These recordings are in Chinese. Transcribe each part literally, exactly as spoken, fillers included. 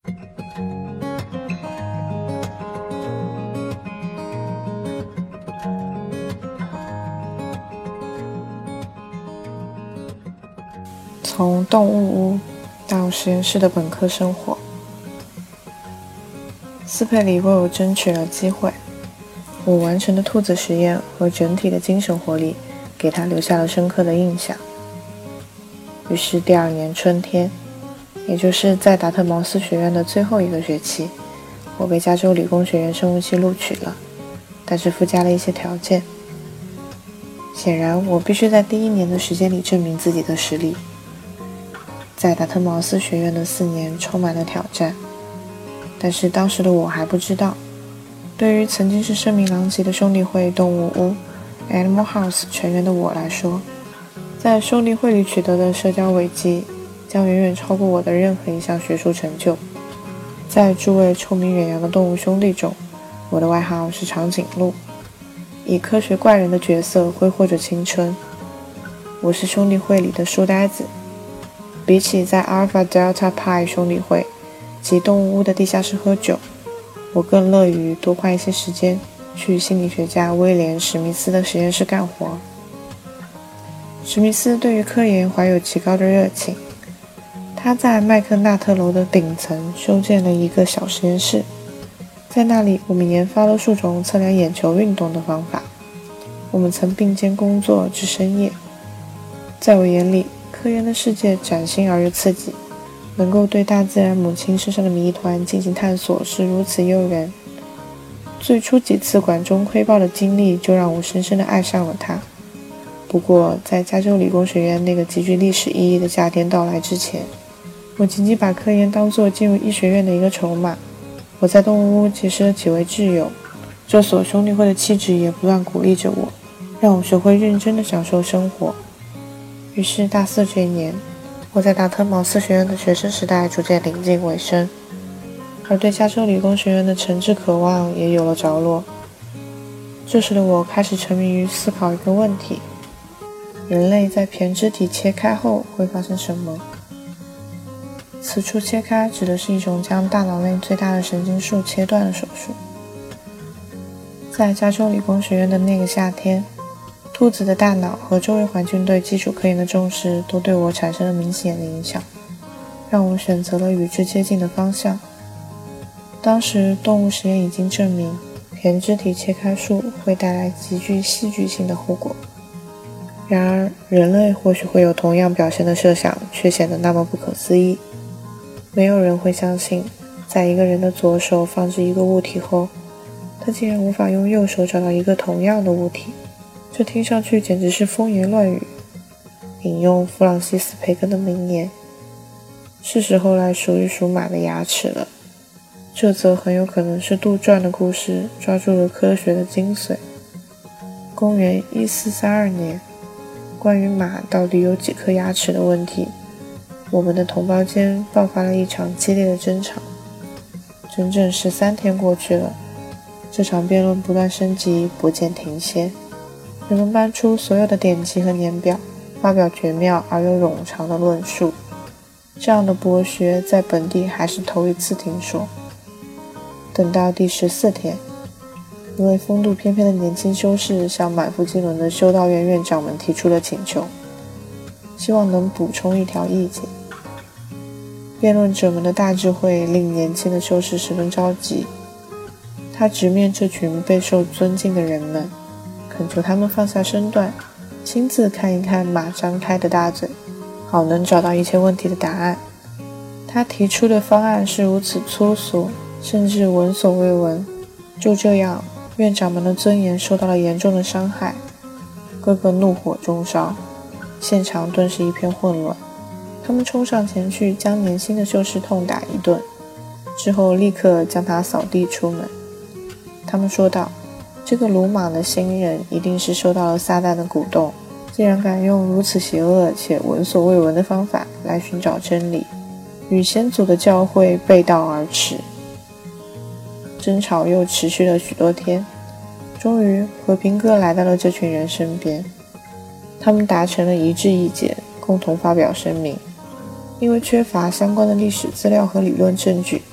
从动物屋到实验室的本科生活，斯佩里为我争取了机会。我完成的兔子实验和整体的精神活力给他留下了深刻的印象。于是第二年春天，也就是在达特茅斯学院的最后一个学期，我被加州理工学院生物系录取了，但是附加了一些条件。显然我必须在第一年的时间里证明自己的实力。在达特茅斯学院的四年充满了挑战，但是当时的我还不知道，对于曾经是声名狼藉的兄弟会动物屋 Animal House 成员的我来说，在兄弟会里取得的社交伟绩将远远超过我的任何一项学术成就。在诸位臭名远扬的动物兄弟中，我的外号是长颈鹿，以科学怪人的角色挥霍着青春。我是兄弟会里的书呆子，比起在 Alpha Delta Pi 兄弟会及动物屋的地下室喝酒，我更乐于多花一些时间去心理学家威廉·史密斯的实验室干活。史密斯对于科研怀有极高的热情，他在麦克纳特楼的顶层修建了一个小实验室，在那里我们研发了数种测量眼球运动的方法。我们曾并肩工作至深夜。在我眼里，科研的世界崭新而又刺激，能够对大自然母亲身上的谜团进行探索是如此诱人。最初几次管中窥豹的经历就让我深深地爱上了它。不过在加州理工学院那个极具历史意义的夏天到来之前，我仅仅把科研当作进入医学院的一个筹码。我在动物屋结识了几位挚友，这所兄弟会的气质也不断鼓励着我，让我学会认真地享受生活。于是大四这一年，我在达特茅斯学院的学生时代逐渐临近尾声，而对加州理工学院的诚挚渴望也有了着落。这时的我开始沉迷于思考一个问题：人类在胼胝体切开后会发生什么？此处切开指的是一种将大脑内最大的神经束切断的手术。在加州理工学院的那个夏天，兔子的大脑和周围环境对基础科研的重视都对我产生了明显的影响，让我选择了与之接近的方向。当时动物实验已经证明，胼胝体切开术会带来极具戏剧性的后果。然而人类或许会有同样表现的设想，却显得那么不可思议。没有人会相信，在一个人的左手放置一个物体后，他竟然无法用右手找到一个同样的物体。这听上去简直是风言乱语。引用弗朗西斯·培根的名言，是时候来数一数马的牙齿了。这则很有可能是杜撰的故事抓住了科学的精髓。公元一四三二年，关于马到底有几颗牙齿的问题，我们的同胞间爆发了一场激烈的争吵。整整十三天过去了，这场辩论不断升级，不见停歇。人们搬出所有的典籍和年表，发表绝妙而又冗长的论述。这样的博学在本地还是头一次听说。等到第十四天，一位风度翩翩的年轻修士向满腹经纶的修道院院长们提出了请求，希望能补充一条意见。辩论者们的大智慧令年轻的修士十分着急，他直面这群备受尊敬的人们，恳求他们放下身段，亲自看一看马张开的大嘴，好能找到一切问题的答案。他提出的方案是如此粗俗，甚至闻所未闻。就这样，院长们的尊严受到了严重的伤害，个个怒火中烧，现场顿时一片混乱。他们冲上前去将年轻的修士痛打一顿，之后立刻将他扫地出门。他们说道，这个鲁莽的新人一定是受到了撒旦的鼓动，竟然敢用如此邪恶且闻所未闻的方法来寻找真理，与先祖的教诲背道而驰。争吵又持续了许多天，终于和平哥来到了这群人身边。他们达成了一致意见，共同发表声明。因为缺乏相关的历史资料和理论证据，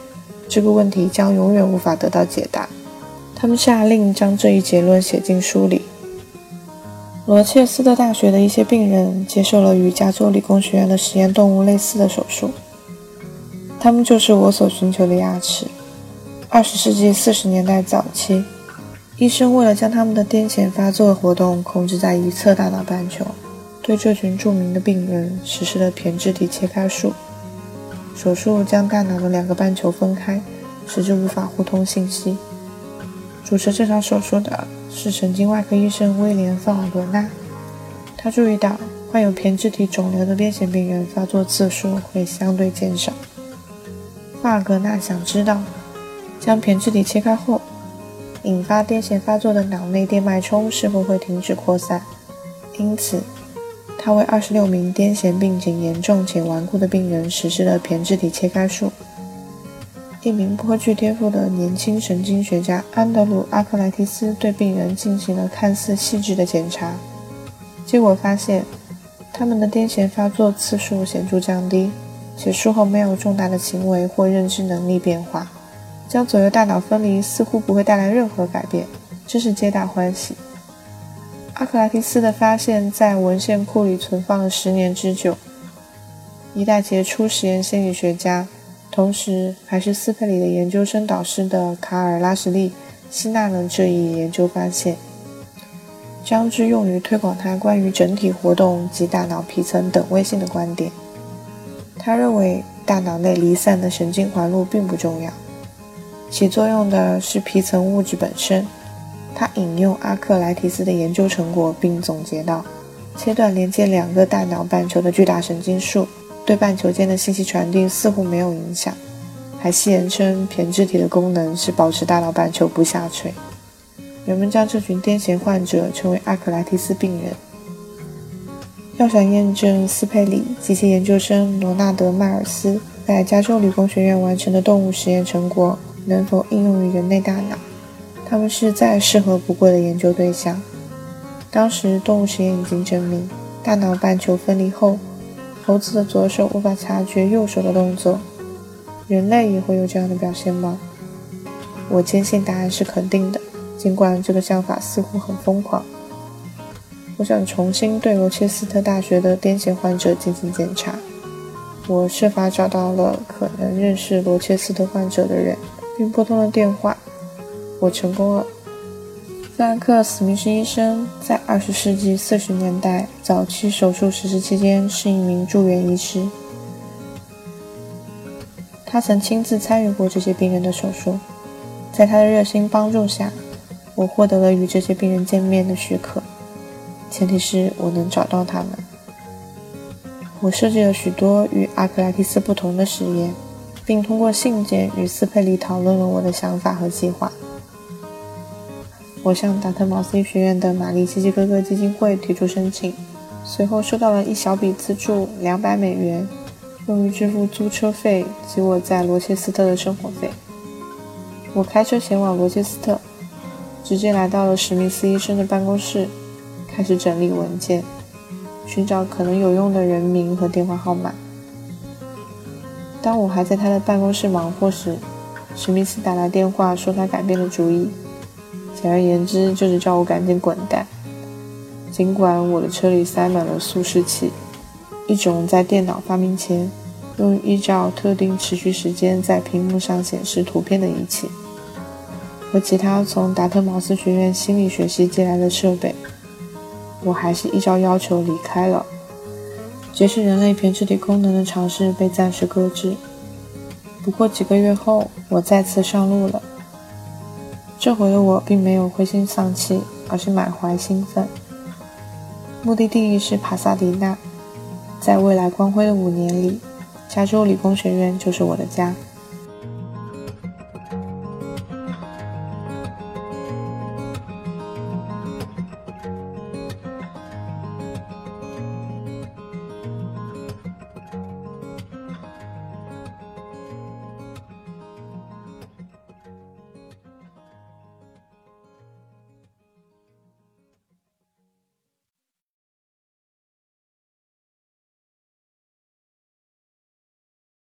这个问题将永远无法得到解答。他们下令将这一结论写进书里。罗切斯特大学的一些病人接受了与加州理工学院的实验动物类似的手术，他们就是我所寻求的牙齿。二十世纪四十年代早期，医生为了将他们的癫痫发作活动控制在一侧大脑半球，对这群著名的病人实施了胼胝体切开术。手术将大脑的两个半球分开，使之无法互通信息。主持这场手术的是神经外科医生威廉·范尔格纳。他注意到患有胼胝体肿瘤的癫痫病人发作次数会相对减少。范尔格纳想知道，将胼胝体切开后，引发癫痫发作的脑内电脉冲是否会停止扩散。因此，他为二十六名癫痫病情严重且顽固的病人实施了胼胝体切开术。一名颇具天赋的年轻神经学家安德鲁·阿克莱提斯对病人进行了看似细致的检查，结果发现他们的癫痫发作次数显著降低，且术后没有重大的行为或认知能力变化。将左右大脑分离似乎不会带来任何改变，真是皆大欢喜。阿克莱提斯的发现在文献库里存放了十年之久。一代杰出实验心理学家，同时还是斯佩里的研究生导师的卡尔·拉什利吸纳了这一研究发现，将之用于推广他关于整体活动及大脑皮层等位性的观点。他认为大脑内离散的神经环路并不重要，起作用的是皮层物质本身。他引用阿克莱提斯的研究成果，并总结道：切断连接两个大脑半球的巨大神经束，对半球间的信息传递似乎没有影响。还戏言称胼胝体的功能是保持大脑半球不下垂。人们将这群癫痫患者称为阿克莱提斯病人。要想验证斯佩里及其研究生罗纳德·迈尔斯在加州理工学院完成的动物实验成果能否应用于人类大脑，他们是再适合不过的研究对象。当时动物实验已经证明，大脑半球分离后，猴子的左手无法察觉右手的动作。人类也会有这样的表现吗？我坚信答案是肯定的，尽管这个想法似乎很疯狂。我想重新对罗切斯特大学的癫痫患者进行检查。我设法找到了可能认识罗切斯特患者的人，并拨通了电话。我成功了。弗兰克·史密斯医生在二十世纪四十年代早期手术实施期间是一名住院医师。他曾亲自参与过这些病人的手术。在他的热心帮助下，我获得了与这些病人见面的许可，前提是我能找到他们。我设计了许多与阿克莱提斯不同的实验，并通过信件与斯佩里讨论了我的想法和计划。我向达特茅斯医学院的玛丽奇奇哥哥基金会提出申请，随后收到了一小笔资助两百美元，用于支付租车费及我在罗切斯特的生活费。我开车前往罗切斯特，直接来到了史密斯医生的办公室，开始整理文件，寻找可能有用的人名和电话号码。当我还在他的办公室忙活时，史密斯打来电话说他改变了主意，简而言之就是叫我赶紧滚蛋。尽管我的车里塞满了速视器，一种在电脑发明前用于依照特定持续时间在屏幕上显示图片的仪器，和其他从达特茅斯学院心理学系借来的设备，我还是依照要求离开了。揭示人类胼胝体功能的尝试被暂时搁置。不过几个月后，我再次上路了。这回的我并没有灰心丧气，而是满怀兴奋。目的地是帕萨迪纳，在未来光辉的五年里，加州理工学院就是我的家。